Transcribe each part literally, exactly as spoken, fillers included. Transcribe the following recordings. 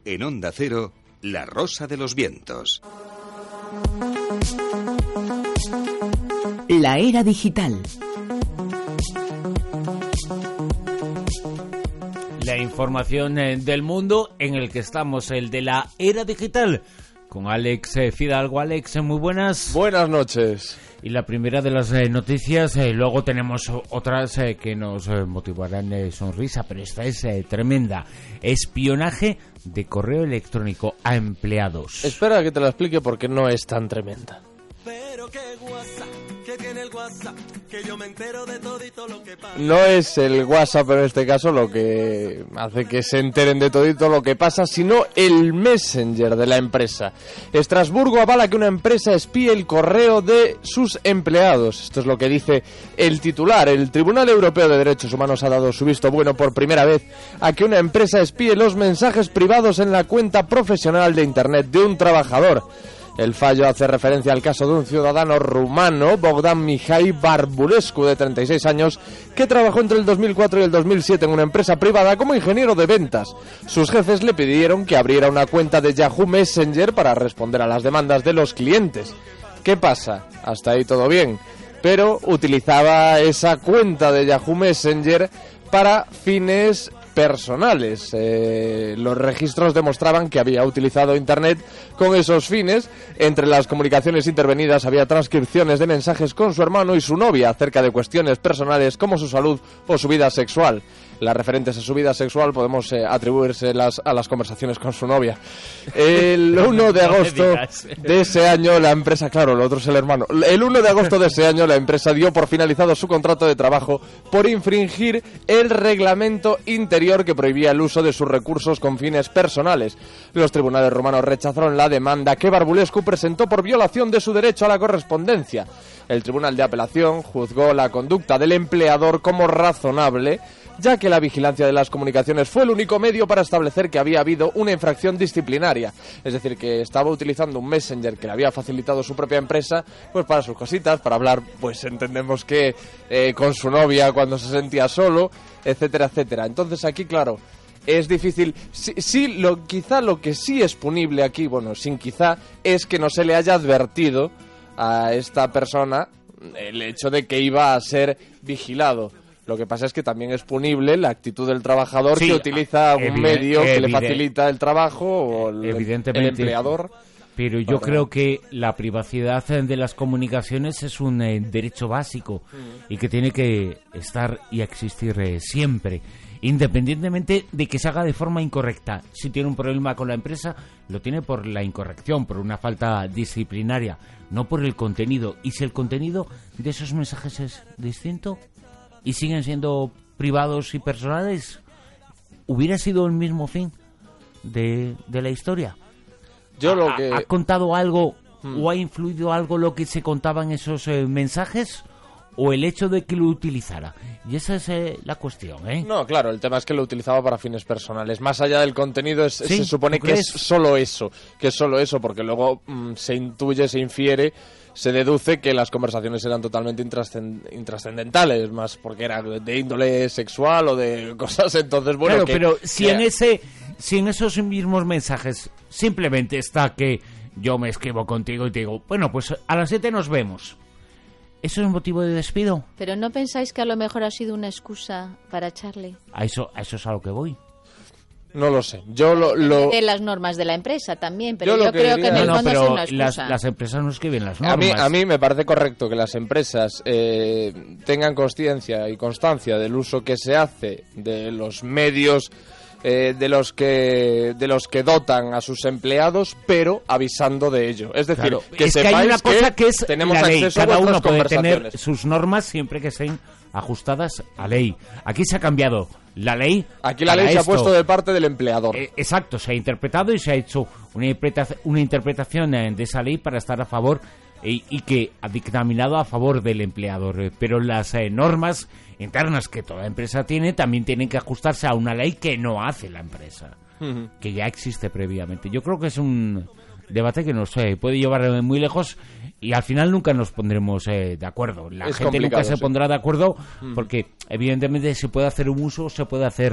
En Onda Cero, La Rosa de los Vientos. La era digital. La información del mundo en el que estamos, el de la era digital, con Alex Fidalgo. Alex, muy buenas. Buenas noches. Y la primera de las eh, noticias, eh, luego tenemos otras eh, que nos eh, motivarán eh, sonrisa, pero esta es eh, tremenda. Espionaje de correo electrónico a empleados. Espera que te la explique porque no es tan tremenda. Pero qué WhatsApp, que tiene el WhatsApp, que yo me entero de todito lo que pasa. No es el WhatsApp en este caso lo que hace que se enteren de todito lo que pasa, sino el Messenger de la empresa. Estrasburgo avala que una empresa espíe el correo de sus empleados. Esto es lo que dice el titular. El Tribunal Europeo de Derechos Humanos ha dado su visto bueno por primera vez a que una empresa espíe los mensajes privados en la cuenta profesional de Internet de un trabajador. El fallo hace referencia al caso de un ciudadano rumano, Bogdan Mihai Barbulescu, de treinta y seis años, que trabajó entre el dos mil cuatro y el dos mil siete en una empresa privada como ingeniero de ventas. Sus jefes le pidieron que abriera una cuenta de Yahoo Messenger para responder a las demandas de los clientes. ¿Qué pasa? Hasta ahí todo bien. Pero utilizaba esa cuenta de Yahoo Messenger para fines personales. Eh, los registros demostraban que había utilizado Internet con esos fines. Entre las comunicaciones intervenidas había transcripciones de mensajes con su hermano y su novia acerca de cuestiones personales como su salud o su vida sexual. Las referentes a su vida sexual podemos eh, atribuírselas a las conversaciones con su novia. El uno de agosto de ese año la empresa, claro, el otro es el hermano. El uno de agosto de ese año la empresa dio por finalizado su contrato de trabajo por infringir el reglamento interior que prohibía el uso de sus recursos con fines personales. Los tribunales romanos rechazaron la demanda que Barbulescu presentó por violación de su derecho a la correspondencia. El Tribunal de Apelación juzgó la conducta del empleador como razonable, ya que la vigilancia de las comunicaciones fue el único medio para establecer que había habido una infracción disciplinaria. Es decir, que estaba utilizando un Messenger que le había facilitado su propia empresa, pues para sus cositas, para hablar, pues entendemos que eh, con su novia cuando se sentía solo, etcétera, etcétera. Entonces aquí, claro, es difícil. Sí, sí lo, quizá lo que sí es punible aquí, bueno, sin quizá, es que no se le haya advertido a esta persona el hecho de que iba a ser vigilado. Lo que pasa es que también es punible la actitud del trabajador sí, que utiliza un eviden- medio que le facilita el trabajo o el, el empleador. Pero yo para... creo que la privacidad de las comunicaciones es un eh, derecho básico mm. y que tiene que estar y existir eh, siempre, independientemente de que se haga de forma incorrecta. Si tiene un problema con la empresa, lo tiene por la incorrección, por una falta disciplinaria, no por el contenido. Y si el contenido de esos mensajes es distinto y siguen siendo privados y personales, ¿hubiera sido el mismo fin de, de la historia? Yo lo que... ¿Ha, ha contado algo hmm. o ha influido algo lo que se contaba en esos eh, mensajes? ¿O el hecho de que lo utilizara? Y esa es eh, la cuestión, ¿eh? No, claro, el tema es que lo utilizaba para fines personales. Más allá del contenido, es, ¿Sí? se supone que es solo eso. Que es solo eso, porque luego mmm, se intuye, se infiere, se deduce que las conversaciones eran totalmente intrascend- intrascendentales, más porque era de índole sexual o de cosas, entonces, bueno... Claro, que, pero si que... en ese, si en esos mismos mensajes simplemente está que yo me escribo contigo y te digo, bueno, pues a las siete nos vemos... ¿Eso es motivo de despido? Pero ¿no pensáis que a lo mejor ha sido una excusa para echarle? A eso, a eso es a lo que voy. No lo sé. Yo lo, lo... De las normas de la empresa también, pero yo, yo que creo diría... que en el no, no, fondo pero es una excusa. Las, las empresas no escriben las normas. A mí, a mí me parece correcto que las empresas eh, tengan consciencia y constancia del uso que se hace de los medios eh, de los que de los que dotan a sus empleados, pero avisando de ello. Es decir, claro, que es sepáis que hay una cosa que, que es tenemos la ley. acceso Cada a uno puede conversaciones. tener sus normas siempre que estén ajustadas a ley. Aquí se ha cambiado la ley. Aquí la ley esto. se ha puesto de parte del empleador. Eh, exacto, se ha interpretado y se ha hecho una, interpreta- una interpretación de esa ley para estar a favor y, y que ha dictaminado a favor del empleador. Eh, pero las eh, normas internas que toda empresa tiene también tienen que ajustarse a una ley que no hace la empresa, uh-huh. que ya existe previamente. Yo creo que es un debate que nos eh, puede llevar muy lejos y al final nunca nos pondremos eh, de acuerdo. La es gente nunca se sí. pondrá de acuerdo uh-huh. porque evidentemente se puede hacer un uso, se puede hacer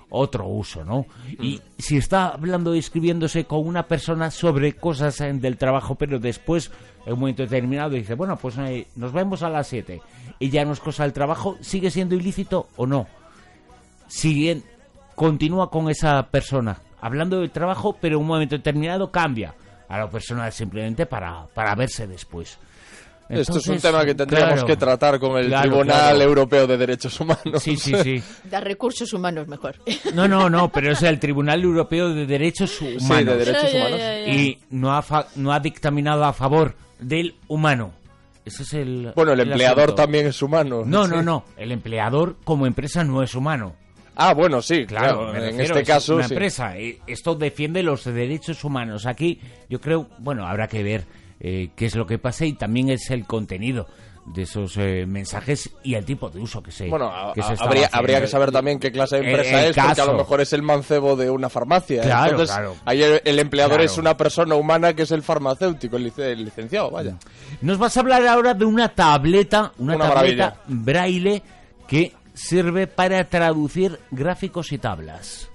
otro uso, ¿no? Y si está hablando y escribiéndose con una persona sobre cosas eh, del trabajo, pero después, en un momento determinado, dice, bueno, pues eh, nos vemos a las siete y ya no es cosa del trabajo, ¿sigue siendo ilícito o no? Sigue, continúa con esa persona hablando del trabajo, pero en un momento determinado cambia a lo personal simplemente para, para verse después. Entonces, esto es un tema que tendríamos claro, que tratar con el claro, Tribunal claro. Europeo de Derechos Humanos. Sí, sí, sí. Da recursos humanos mejor. No, no, no, pero es el Tribunal Europeo de Derechos Humanos. Sí, de Derechos Ya, ya, Humanos. ya, ya. Y no ha, fa- no ha dictaminado a favor del humano. Ese es el Bueno, el empleador asunto. también es humano. No, Sí. no, no. El empleador como empresa no es humano. Ah, bueno, sí, Claro, claro. me En refiero, este es caso, una sí. empresa. Eh, Esto defiende los derechos humanos. Aquí yo creo, bueno, habrá que ver eh, qué es lo que pasa y también es el contenido de esos eh, mensajes y el tipo de uso que se, Bueno, a- que se a- estaba habría, haciendo. habría que saber también qué clase de El- empresa el es, porque a lo caso. mejor es el mancebo de una farmacia. Claro, Entonces, claro. ahí el, el empleador Claro. es una persona humana que es el farmacéutico, el, lic- el licenciado, vaya. Nos vas a hablar ahora de una tableta, una, Una tableta maravilla. braille que sirve para traducir gráficos y tablas.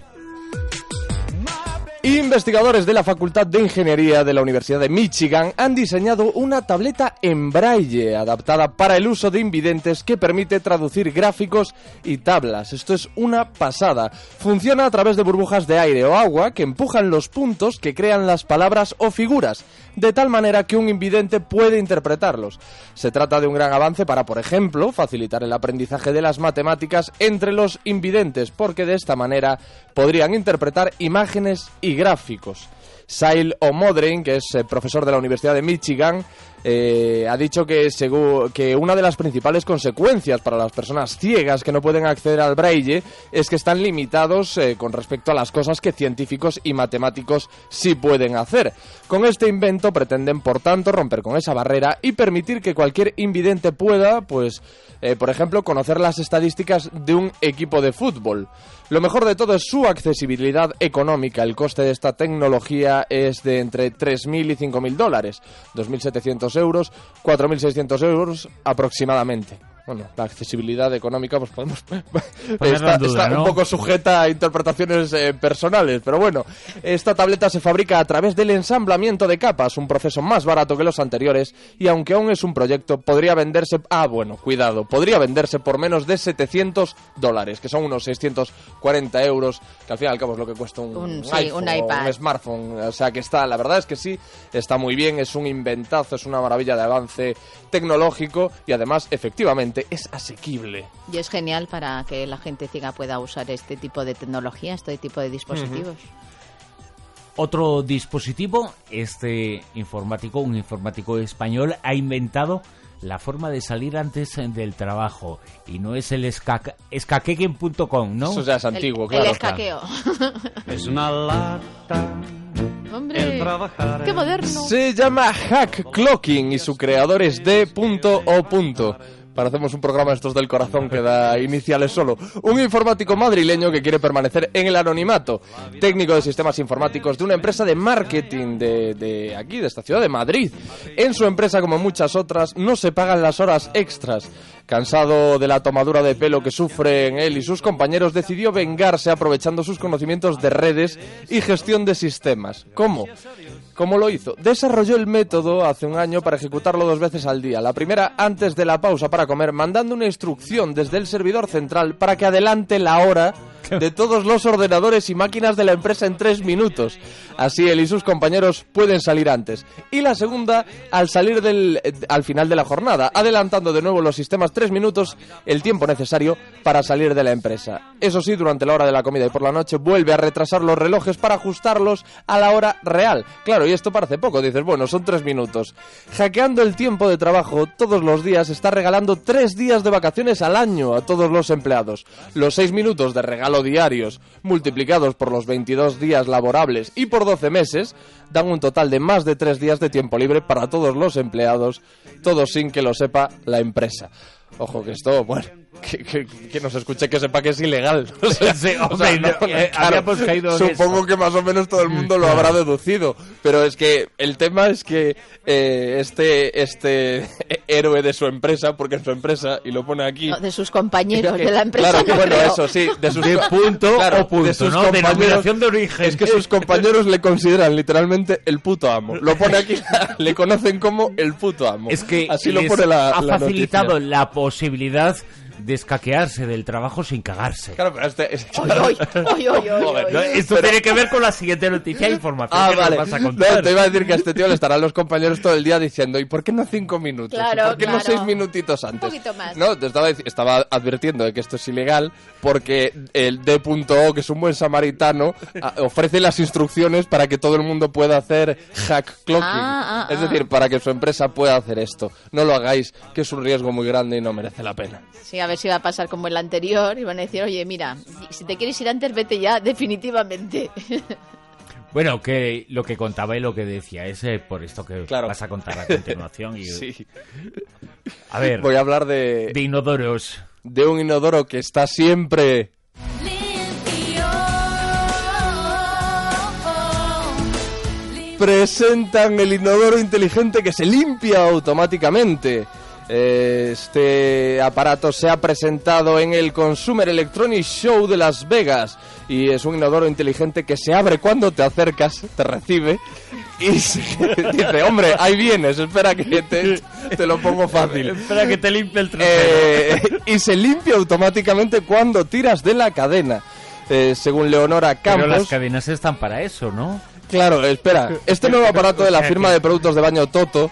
Investigadores de la Facultad de Ingeniería de la Universidad de Michigan han diseñado una tableta en braille adaptada para el uso de invidentes que permite traducir gráficos y tablas. Esto es una pasada. Funciona a través de burbujas de aire o agua que empujan los puntos que crean las palabras o figuras, de tal manera que un invidente puede interpretarlos. Se trata de un gran avance para, por ejemplo, facilitar el aprendizaje de las matemáticas entre los invidentes, porque de esta manera podrían interpretar imágenes y gráficos. Sail O'Modrine, que es eh, profesor de la Universidad de Michigan, eh, ha dicho que, segu- que una de las principales consecuencias para las personas ciegas que no pueden acceder al braille es que están limitados eh, con respecto a las cosas que científicos y matemáticos sí pueden hacer. Con este invento pretenden, por tanto, romper con esa barrera y permitir que cualquier invidente pueda, pues, eh, por ejemplo, conocer las estadísticas de un equipo de fútbol. Lo mejor de todo es su accesibilidad económica. El coste de esta tecnología es de entre tres mil y cinco mil dólares, dos mil setecientos euros, cuatro mil seiscientos euros aproximadamente. Bueno, la accesibilidad económica, pues podemos... Ponerla está en duda, está ¿no? un poco sujeta a interpretaciones eh, personales, pero bueno, esta tableta se fabrica a través del ensamblamiento de capas, un proceso más barato que los anteriores, y aunque aún es un proyecto, podría venderse... Ah, bueno, cuidado, podría venderse por menos de setecientos dólares, que son unos seiscientos cuarenta euros, que al fin y al cabo es lo que cuesta un, Un- sí, iPhone, un iPad. un smartphone. O sea que está, la verdad es que sí, está muy bien, es un inventazo, es una maravilla de avance tecnológico y además, efectivamente, es asequible. Y es genial para que la gente ciega pueda usar este tipo de tecnología, este tipo de dispositivos. Otro dispositivo, este informático, un informático español, ha inventado la forma de salir antes del trabajo. Y no es el esca- escaquequen punto com, ¿no? Eso ya es antiguo, el, claro. el escaqueo. Es una lata Hombre, el trabajar. qué moderno. Se llama Hack Clocking y su creador es D O Parecemos un programa de estos del corazón que da iniciales solo. Un informático madrileño que quiere permanecer en el anonimato. Técnico de sistemas informáticos de una empresa de marketing de, de aquí, de esta ciudad de Madrid. En su empresa, como muchas otras, no se pagan las horas extras. Cansado de la tomadura de pelo que sufren él y sus compañeros, decidió vengarse aprovechando sus conocimientos de redes y gestión de sistemas. ¿Cómo? ¿Cómo lo hizo? Desarrolló el método hace un año para ejecutarlo dos veces al día. La primera antes de la pausa para comer, mandando una instrucción desde el servidor central para que adelante la hora de todos los ordenadores y máquinas de la empresa en tres minutos. Así él y sus compañeros pueden salir antes. Y la segunda al salir del, eh, al final de la jornada, adelantando de nuevo los sistemas tres minutos, el tiempo necesario para salir de la empresa. Eso sí, durante la hora de la comida y por la noche vuelve a retrasar los relojes para ajustarlos a la hora real. Claro, y esto parece poco, dices, bueno, son tres minutos. Hackeando el tiempo de trabajo todos los días, está regalando tres días de vacaciones al año a todos los empleados. Los seis minutos de regalo diarios, multiplicados por los veintidós días laborables y por doce meses, dan un total de más de tres días de tiempo libre para todos los empleados, todo sin que lo sepa la empresa. Ojo que esto, bueno, Que, que, que nos escuche, que sepa que es ilegal. O sea, Sí, o sea, hombre, no, no, eh, claro, habíamos caído en supongo eso. que más o menos todo el mundo lo habrá deducido, pero es que el tema es que eh, este este héroe de su empresa, porque en su empresa, y lo pone aquí... No, de sus compañeros que- de la empresa. Claro, que no bueno, creo. eso sí, de sus De co- punto claro, o punto, de sus ¿no? compañeros- Denominación de origen. Es que sus compañeros le consideran literalmente el puto amo. Lo pone aquí, le conocen como el puto amo. Es que así lo les pone la, ha la facilitado noticia. la posibilidad de escaquearse del trabajo sin cagarse. Claro, pero este... es- Oy, oy, oy, oy, oy, Joder, oy, No, oy. esto Pero- tiene que ver con la siguiente noticia e información Ah, que vale. nos vas a No, contar. te iba a decir que a este tío le estarán los compañeros todo el día diciendo, ¿y por qué no cinco minutos? Claro, ¿Por qué no claro. seis minutitos antes? Un poquito más. No, te estaba, dic- estaba advirtiendo de que esto es ilegal porque el D punto O, que es un buen samaritano, a- ofrece las instrucciones para que todo el mundo pueda hacer hack clocking. Ah, ah, es ah. decir, para que su empresa pueda hacer esto. No lo hagáis, que es un riesgo muy grande y no merece la pena. Sí, a ver si va a pasar como el anterior y van a decir, oye, mira, si te quieres ir antes, vete ya, definitivamente. Bueno, que lo que contaba y lo que decía es eh, por esto que Claro. vas a contar a continuación. Y, Sí. A ver, Voy a hablar de, de inodoros. de un inodoro que está siempre... Presentan el inodoro inteligente que se limpia automáticamente. Eh, Este aparato se ha presentado en el Consumer Electronics Show de Las Vegas y es un inodoro inteligente que se abre cuando te acercas, te recibe y se- dice, hombre, ahí vienes, espera que te, te lo pongo fácil. Espera que te limpie el trasero. Eh, y se limpia automáticamente cuando tiras de la cadena. Eh, según Leonora Pero las Campos... cadenas están para eso, ¿no? Claro, espera. Este nuevo aparato de la firma de productos de baño Toto,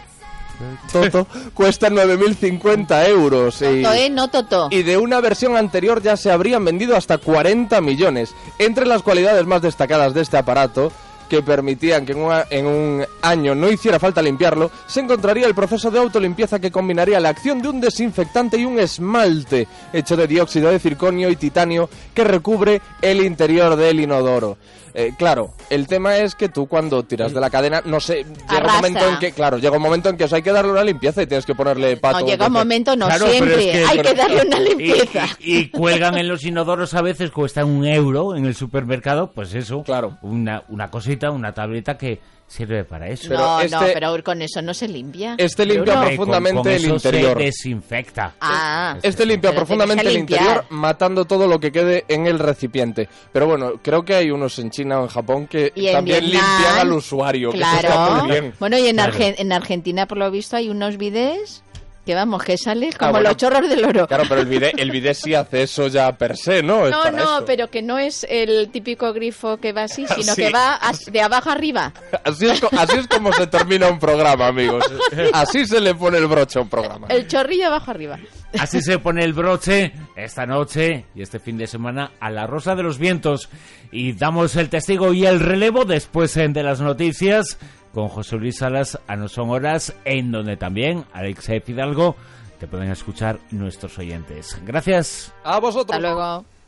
Toto cuesta nueve mil cincuenta euros. Y, Toto, ¿eh? No Toto. y de una versión anterior ya se habrían vendido hasta cuarenta millones. Entre las cualidades más destacadas de este aparato, que permitían que en, una- en un año no hiciera falta limpiarlo, se encontraría el proceso de autolimpieza que combinaría la acción de un desinfectante y un esmalte hecho de dióxido de circonio y titanio que recubre el interior del inodoro. Eh, claro, el tema es que tú cuando tiras de la cadena, no sé, llega un Arrasa. momento en que, claro, llega un momento en que eso hay que darle una limpieza y tienes que ponerle pato. No, llega un entonces- momento, no Claro, pero siempre. es que- Hay pero- que darle una Y, limpieza. y- y cuelgan en los inodoros a veces, cuesta un euro en el supermercado, pues eso, Claro. una, una cosita, una tableta que sirve para eso. Pero no, este- no, pero con eso no se limpia. Este limpia Bruno. Hombre, con- profundamente con el eso interior. se desinfecta. Ah, Este limpia pero profundamente tienes el que limpiar. interior, matando todo lo que quede en el recipiente. Pero bueno, creo que hay unos en China o en Japón que Y en también Vietnam, limpian al usuario. que eso está Claro. muy bien. Bueno, y en, Claro. Argen- en Argentina, por lo visto, hay unos bidés que, vamos, que sales como Ah, bueno. los chorros del oro. Claro, pero el bidet, el bidet sí hace eso ya per se, ¿no? Es No, para no, eso. pero que no es el típico grifo que va así, sino Sí. que va as- de abajo arriba. Así es, co- así es como se termina un programa, amigos. Así se le pone el broche a un programa. El chorrillo abajo arriba. Así se pone el broche esta noche y este fin de semana a la Rosa de los Vientos. Y damos el testigo y el relevo después eh, de las noticias con José Luis Salas. A No Son Horas, en donde también Alex Fidalgo te pueden escuchar nuestros oyentes. Gracias. A vosotros. Hasta luego.